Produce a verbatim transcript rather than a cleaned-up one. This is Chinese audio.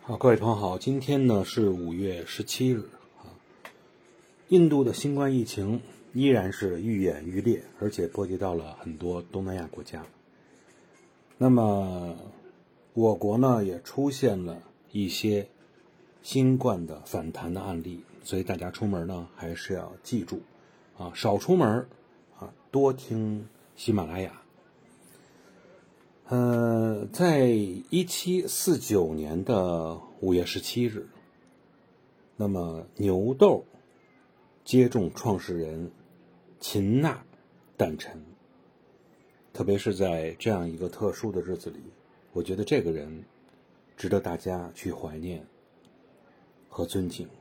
好，各位朋友好，今天呢是五月十七日啊。印度的新冠疫情依然是愈演愈烈，而且波及到了很多东南亚国家。那么我国呢也出现了一些新冠的反弹的案例，所以大家出门呢还是要记住啊，少出门啊，多听喜马拉雅。呃，在一七四九年的五月十七日，那么牛痘接种创始人秦娜诞辰。特别是在这样一个特殊的日子里，我觉得这个人值得大家去怀念和尊敬。